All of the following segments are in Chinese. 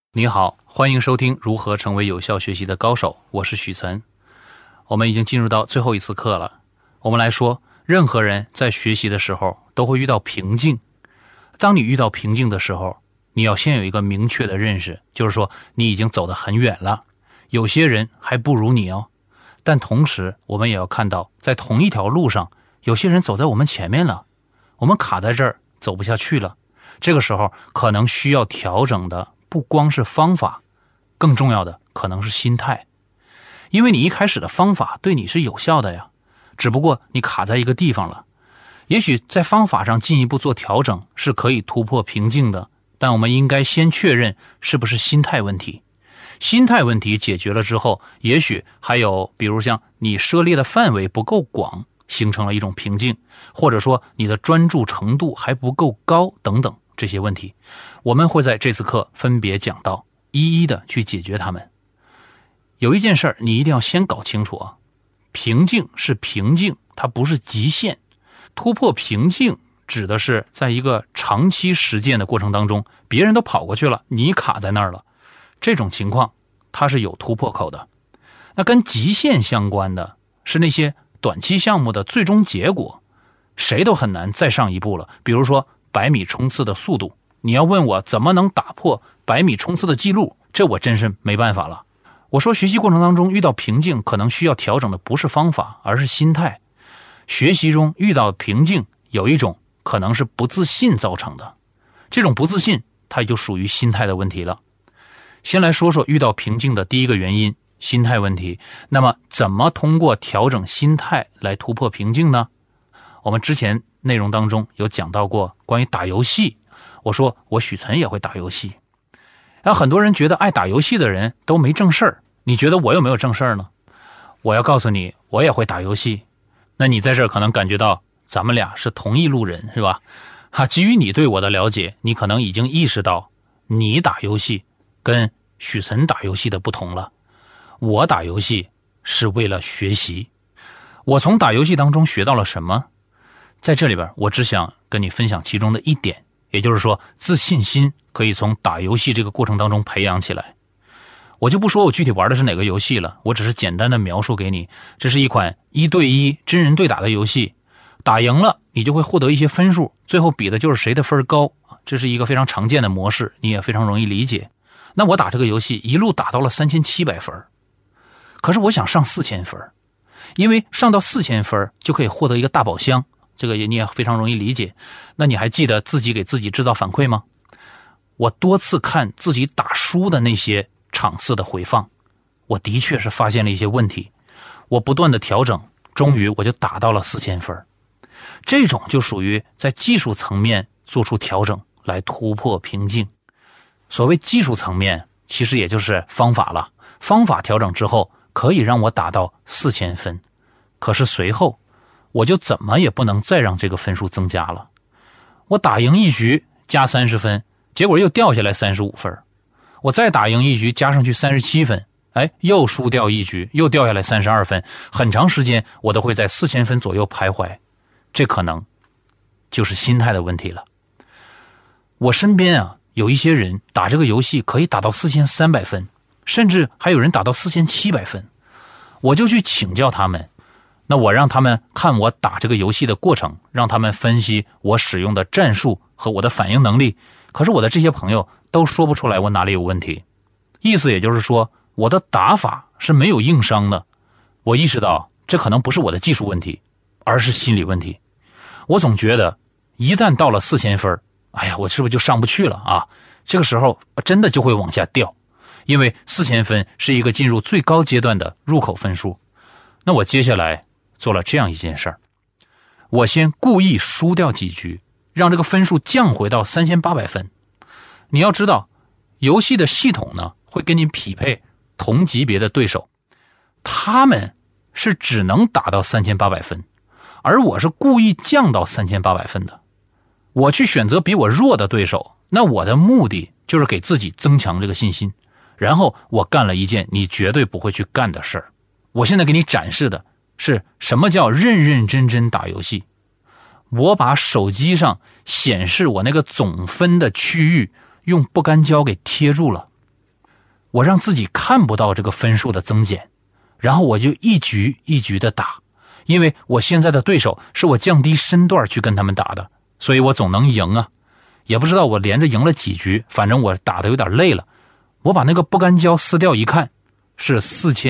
你好，欢迎收听如何成为有效学习的高手，我是许岑。我们已经进入到最后一次课了。我们来说，任何人在学习的时候都会遇到瓶颈。当你遇到瓶颈的时候，你要先有一个明确的认识，就是说你已经走得很远了，有些人还不如你哦。但同时我们也要看到，在同一条路上，有些人走在我们前面了，我们卡在这儿走不下去了。这个时候可能需要调整的不光是方法，更重要的可能是心态。因为你一开始的方法对你是有效的呀，只不过你卡在一个地方了。也许在方法上进一步做调整是可以突破瓶颈的，但我们应该先确认是不是心态问题。心态问题解决了之后，也许还有比如像你涉猎的范围不够广，形成了一种瓶颈，或者说你的专注程度还不够高等等这些问题，我们会在这次课分别讲到，一一的去解决它们。有一件事儿你一定要先搞清楚啊，瓶颈是瓶颈，它不是极限。突破瓶颈指的是在一个长期实践的过程当中，别人都跑过去了，你卡在那儿了，这种情况它是有突破口的。那跟极限相关的是那些短期项目的最终结果，谁都很难再上一步了。比如说100米冲刺的速度，你要问我怎么能打破100米冲刺的记录，这我真是没办法了。我说学习过程当中遇到瓶颈，可能需要调整的不是方法，而是心态。学习中遇到瓶颈，有一种可能是不自信造成的，这种不自信它就属于心态的问题了。先来说说遇到瓶颈的第一个原因，心态问题。那么怎么通过调整心态来突破瓶颈呢？我们之前内容当中有讲到过关于打游戏，我说我许岑也会打游戏。那很多人觉得爱打游戏的人都没正事儿，你觉得我有没有正事儿呢？我要告诉你，我也会打游戏。那你在这儿可能感觉到咱们俩是同一路人，是吧？基于你对我的了解，你可能已经意识到你打游戏跟许岑打游戏的不同了。我打游戏是为了学习。我从打游戏当中学到了什么？在这里边我只想跟你分享其中的一点，也就是说自信心可以从打游戏这个过程当中培养起来。我就不说我具体玩的是哪个游戏了，我只是简单的描述给你，这是一款1对1真人对打的游戏，打赢了你就会获得一些分数，最后比的就是谁的分高，这是一个非常常见的模式，你也非常容易理解。那我打这个游戏一路打到了3700分，可是我想上4000分，因为上到4000分就可以获得一个大宝箱，这个你也非常容易理解。那你还记得自己给自己制造反馈吗？我多次看自己打输的那些场次的回放，我的确是发现了一些问题，我不断的调整，终于我就打到了4000分。这种就属于在技术层面做出调整来突破瓶颈。所谓技术层面其实也就是方法了，方法调整之后可以让我打到4000分，可是随后我就怎么也不能再让这个分数增加了。我打赢一局加30分，结果又掉下来35分，我再打赢一局加上去37分，又输掉一局，又掉下来32分，很长时间我都会在4000分左右徘徊，这可能就是心态的问题了。我身边有一些人打这个游戏可以打到4300分，甚至还有人打到4700分，我就去请教他们，那我让他们看我打这个游戏的过程，让他们分析我使用的战术和我的反应能力，可是我的这些朋友都说不出来我哪里有问题。意思也就是说，我的打法是没有硬伤的。我意识到这可能不是我的技术问题，而是心理问题。我总觉得一旦到了4000分，我是不是就上不去了啊？这个时候真的就会往下掉，因为4000分是一个进入最高阶段的入口分数。那我接下来做了这样一件事儿，我先故意输掉几局，让这个分数降回到3800分。你要知道，游戏的系统呢会跟你匹配同级别的对手，他们是只能打到3800分，而我是故意降到3800分的。我去选择比我弱的对手，那我的目的就是给自己增强这个信心，然后我干了一件你绝对不会去干的事儿。我现在给你展示的是什么叫认认真真打游戏。我把手机上显示我那个总分的区域用不干胶给贴住了， 我让自己看不到这个分数的增减，然后我就一局一局的打，因为我现在的对手是我降低身段去跟他们打的，所以我总能赢啊。也不知道我连着赢了几局，反正我打得有点累了。我把那个不干胶撕掉一看，是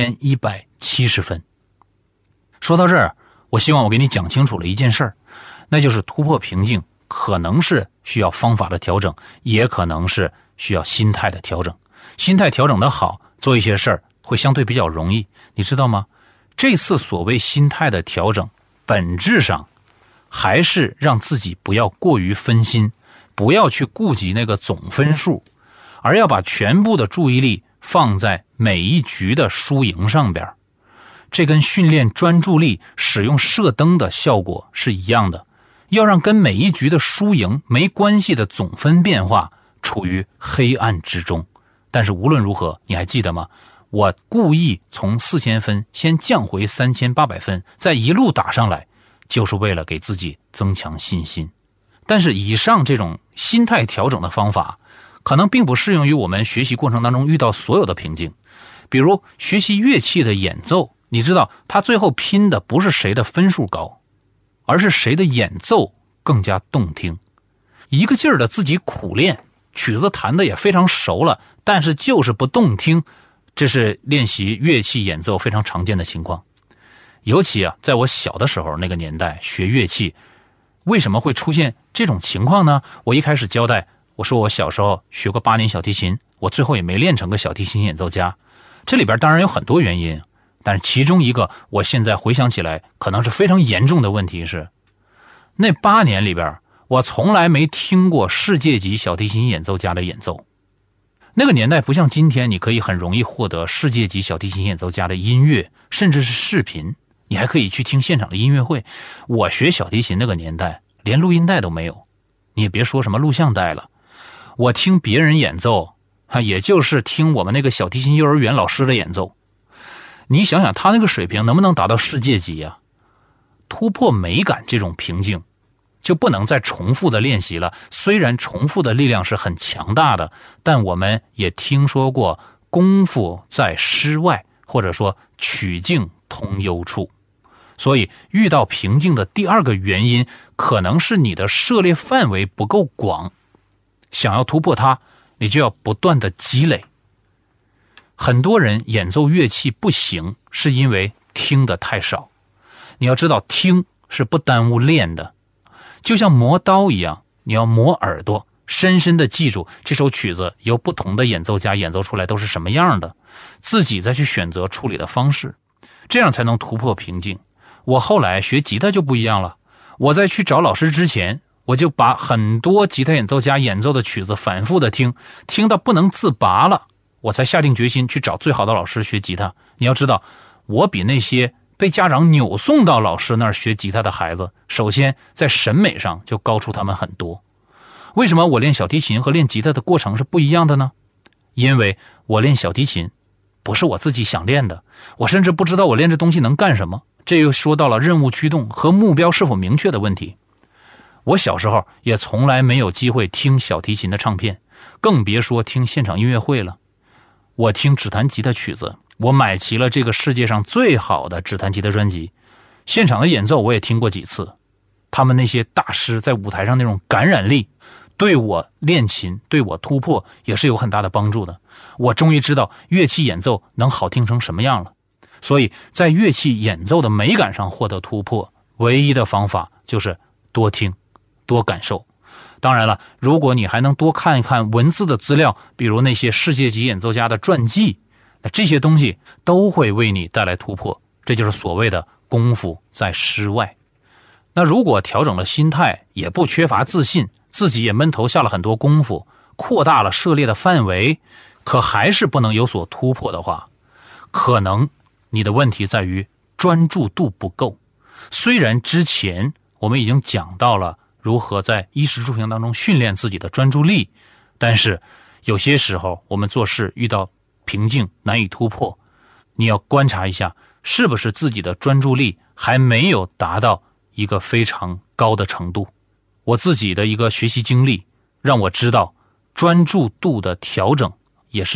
4170分。说到这儿，我希望我给你讲清楚了一件事儿，那就是突破瓶颈可能是需要方法的调整，也可能是需要心态的调整。心态调整的好，做一些事儿会相对比较容易。你知道吗？这次所谓心态的调整，本质上还是让自己不要过于分心，不要去顾及那个总分数，而要把全部的注意力放在每一局的输赢上边。这跟训练专注力使用射灯的效果是一样的，要让跟每一局的输赢没关系的总分变化处于黑暗之中。但是无论如何，你还记得吗？我故意从4000分先降回3800分，再一路打上来，就是为了给自己增强信心。但是以上这种心态调整的方法可能并不适用于我们学习过程当中遇到所有的瓶颈。比如学习乐器的演奏，你知道他最后拼的不是谁的分数高，而是谁的演奏更加动听。一个劲儿的自己苦练，曲子弹的也非常熟了，但是就是不动听，这是练习乐器演奏非常常见的情况。尤其在我小的时候那个年代学乐器，为什么会出现这种情况呢？我一开始交代，我说我小时候学过8年小提琴，我最后也没练成个小提琴演奏家。这里边当然有很多原因，但是其中一个我现在回想起来可能是非常严重的问题是，那8年里边我从来没听过世界级小提琴演奏家的演奏。那个年代不像今天，你可以很容易获得世界级小提琴演奏家的音乐，甚至是视频，你还可以去听现场的音乐会。我学小提琴那个年代连录音带都没有，你也别说什么录像带了。我听别人演奏也就是听我们那个小提琴幼儿园老师的演奏。你想想他那个水平能不能达到世界级啊？突破美感这种瓶颈就不能再重复的练习了。虽然重复的力量是很强大的，但我们也听说过功夫在诗外，或者说曲径通幽处。所以遇到瓶颈的第二个原因可能是你的涉猎范围不够广，想要突破它，你就要不断的积累。很多人演奏乐器不行，是因为听得太少。你要知道，听是不耽误练的，就像磨刀一样，你要磨耳朵，深深的记住这首曲子由不同的演奏家演奏出来都是什么样的，自己再去选择处理的方式，这样才能突破瓶颈。我后来学吉他就不一样了，我在去找老师之前，我就把很多吉他演奏家演奏的曲子反复的听，听到不能自拔了，我才下定决心去找最好的老师学吉他。你要知道，我比那些被家长扭送到老师那儿学吉他的孩子，首先在审美上就高出他们很多。为什么我练小提琴和练吉他的过程是不一样的呢？因为我练小提琴不是我自己想练的，我甚至不知道我练这东西能干什么。这又说到了任务驱动和目标是否明确的问题。我小时候也从来没有机会听小提琴的唱片，更别说听现场音乐会了。我听指弹吉他曲子，我买齐了这个世界上最好的指弹吉他专辑，现场的演奏我也听过几次。他们那些大师在舞台上那种感染力，对我练琴，对我突破也是有很大的帮助的。我终于知道乐器演奏能好听成什么样了。所以在乐器演奏的美感上获得突破，唯一的方法就是多听多感受。当然了，如果你还能多看一看文字的资料，比如那些世界级演奏家的传记，那这些东西都会为你带来突破。这就是所谓的功夫在诗外。那如果调整了心态，也不缺乏自信，自己也闷头下了很多功夫，扩大了涉猎的范围，可还是不能有所突破的话，可能你的问题在于专注度不够。虽然之前我们已经讲到了如何在衣食住行当中训练自己的专注力，但是有些时候我们做事遇到瓶颈难以突破，你要观察一下是不是自己的专注力还没有达到一个非常高的程度。我自己的一个学习经历让我知道，专注度的调整也是有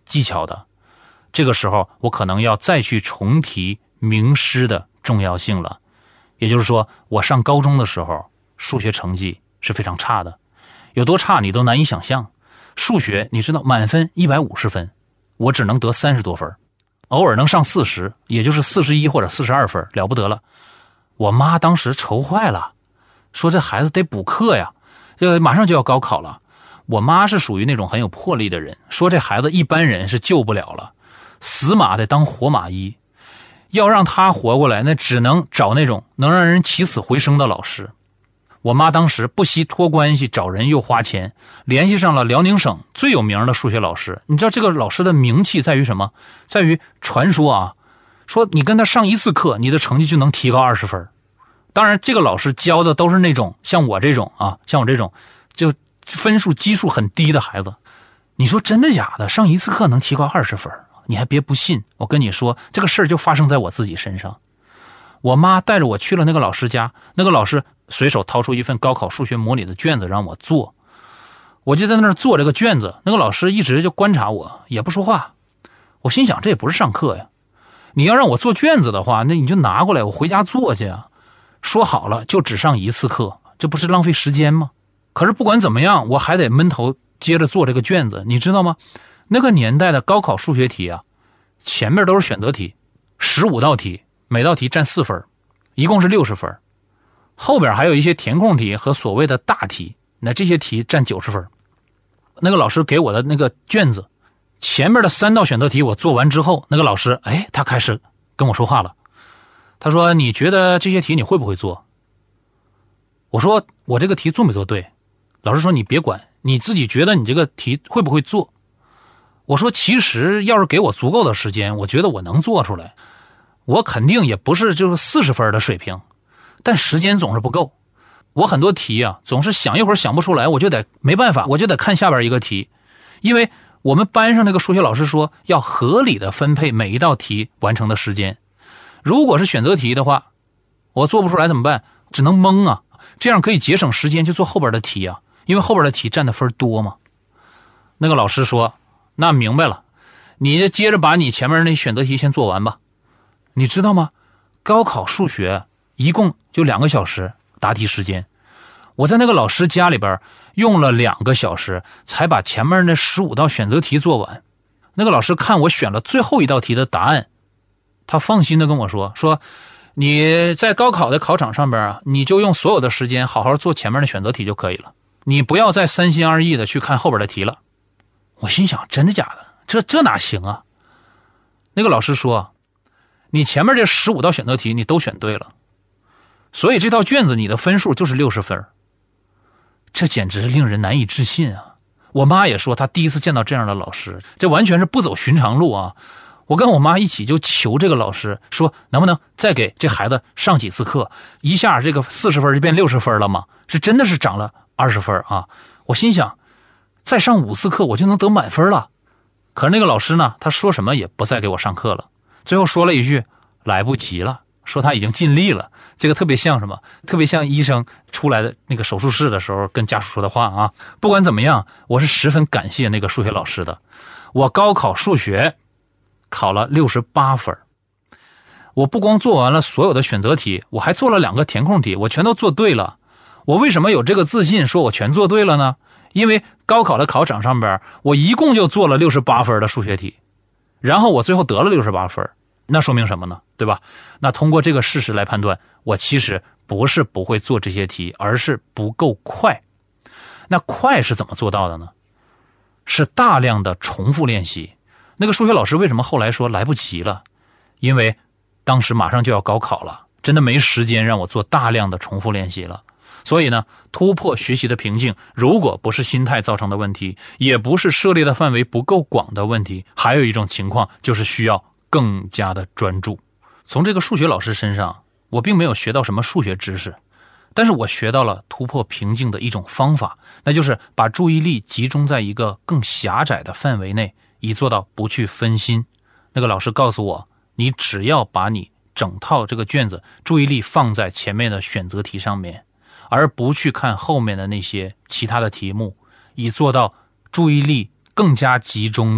技巧的，这个时候我可能要再去重提名师的重要性了。也就是说，我上高中的时候数学成绩是非常差的，有多差你都难以想象。数学你知道，满分150分，我只能得30多分，偶尔能上40，也就是41或者42分，了不得了。我妈当时愁坏了，说这孩子得补课呀，马上就要高考了。我妈是属于那种很有魄力的人，说这孩子一般人是救不了了，死马得当活马医，要让他活过来，那只能找那种能让人起死回生的老师。我妈当时不惜托关系找人又花钱，联系上了辽宁省最有名的数学老师。你知道这个老师的名气在于什么？在于传说啊，说你跟他上一次课，你的成绩就能提高20分。当然这个老师教的都是那种像我这种就分数基数很低的孩子。你说真的假的？上一次课能提高20分？你还别不信，我跟你说，这个事儿就发生在我自己身上。我妈带着我去了那个老师家，那个老师随手掏出一份高考数学模拟的卷子让我做，我就在那儿做这个卷子。那个老师一直就观察我，也不说话。我心想，这也不是上课呀，你要让我做卷子的话，那你就拿过来我回家做去啊。说好了就只上一次课，这不是浪费时间吗？可是不管怎么样，我还得闷头接着做这个卷子。你知道吗？那个年代的高考数学题啊，前面都是选择题，15道题，每道题占4分，一共是60分。后边还有一些填空题和所谓的大题，那这些题占90分。那个老师给我的那个卷子，前面的3道选择题我做完之后，那个老师他开始跟我说话了。他说，你觉得这些题你会不会做？我说我这个题做没做对？老师说，你别管，你自己觉得你这个题会不会做？我说其实要是给我足够的时间，我觉得我能做出来，我肯定也不是就是40分的水平，但时间总是不够。我很多题啊总是想一会儿想不出来，我就得没办法，我就得看下边一个题。因为我们班上那个数学老师说要合理的分配每一道题完成的时间，如果是选择题的话，我做不出来怎么办？只能蒙啊，这样可以节省时间去做后边的题啊，因为后边的题占的分多嘛。那个老师说，那明白了，你接着把你前面那选择题先做完吧。你知道吗？高考数学一共就2个小时答题时间，我在那个老师家里边用了2个小时才把前面那15道选择题做完。那个老师看我选了最后一道题的答案，他放心的跟我说你在高考的考场上边啊，你就用所有的时间好好做前面的选择题就可以了，你不要再三心二意的去看后边的题了。我心想，真的假的？这哪行啊？那个老师说，你前面这15道选择题你都选对了，所以这套卷子你的分数就是60分。这简直是令人难以置信啊！我妈也说她第一次见到这样的老师，这完全是不走寻常路啊。我跟我妈一起就求这个老师说，能不能再给这孩子上几次课，一下这个40分就变60分了吗？是真的是涨了20分啊！我心想，再上5次课我就能得满分了。可是那个老师呢，他说什么也不再给我上课了，最后说了一句来不及了，说他已经尽力了。这个特别像什么？特别像医生出来的那个手术室的时候跟家属说的话啊。不管怎么样，我是十分感谢那个数学老师的。我高考数学考了68分，我不光做完了所有的选择题，我还做了2个填空题，我全都做对了。我为什么有这个自信说我全做对了呢？因为高考的考场上边我一共就做了68分的数学题，然后我最后得了68分。那说明什么呢？对吧？那通过这个事实来判断，我其实不是不会做这些题，而是不够快。那快是怎么做到的呢？是大量的重复练习。那个数学老师为什么后来说来不及了？因为当时马上就要高考了，真的没时间让我做大量的重复练习了。所以呢，突破学习的瓶颈，如果不是心态造成的问题，也不是涉猎的范围不够广的问题，还有一种情况就是需要更加的专注。从这个数学老师身上，我并没有学到什么数学知识，但是我学到了突破瓶颈的一种方法，那就是把注意力集中在一个更狭窄的范围内，以做到不去分心。那个老师告诉我，你只要把你整套这个卷子注意力放在前面的选择题上面，而不去看后面的那些其他的题目，以做到注意力更加集中的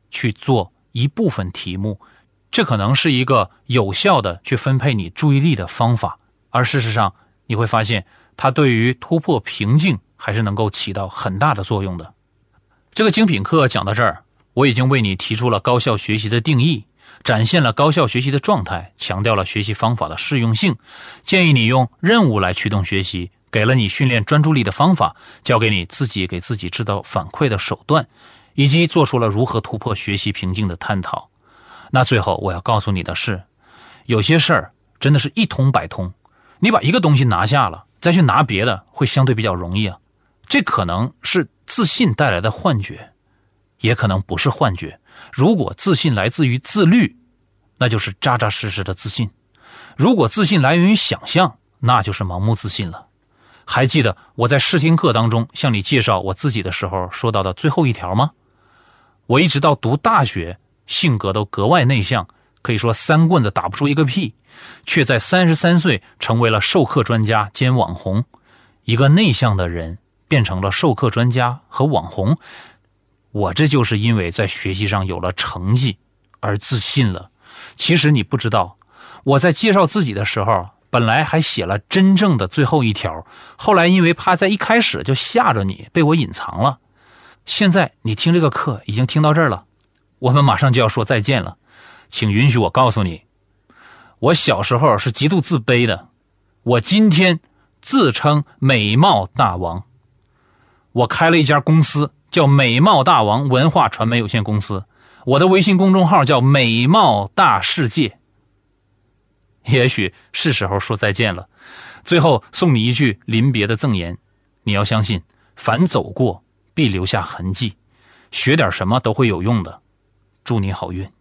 去做一部分题目，这可能是一个有效的去分配你注意力的方法，而事实上你会发现它对于突破瓶颈还是能够起到很大的作用的。这个精品课讲到这儿，我已经为你提出了高效学习的定义，展现了高效学习的状态，强调了学习方法的适用性，建议你用任务来驱动学习，给了你训练专注力的方法，教给你自己给自己制造反馈的手段，以及做出了如何突破学习瓶颈的探讨。那最后我要告诉你的是，有些事儿真的是一通百通，你把一个东西拿下了，再去拿别的会相对比较容易啊。这可能是自信带来的幻觉，也可能不是幻觉。如果自信来自于自律，那就是扎扎实实的自信；如果自信来源于想象，那就是盲目自信了。还记得我在试听课当中向你介绍我自己的时候说到的最后一条吗？我一直到读大学，性格都格外内向，可以说三棍子打不出一个屁，却在33岁成为了授课专家兼网红。一个内向的人变成了授课专家和网红，我这就是因为在学习上有了成绩而自信了。其实你不知道，我在介绍自己的时候本来还写了真正的最后一条，后来因为怕在一开始就吓着你，被我隐藏了。现在你听这个课已经听到这儿了，我们马上就要说再见了。请允许我告诉你，我小时候是极度自卑的，我今天自称美貌大王。我开了一家公司叫美貌大王文化传媒有限公司，我的微信公众号叫美貌大世界。也许是时候说再见了，最后送你一句临别的赠言，你要相信，凡走过必留下痕迹，学点什么都会有用的。祝你好运。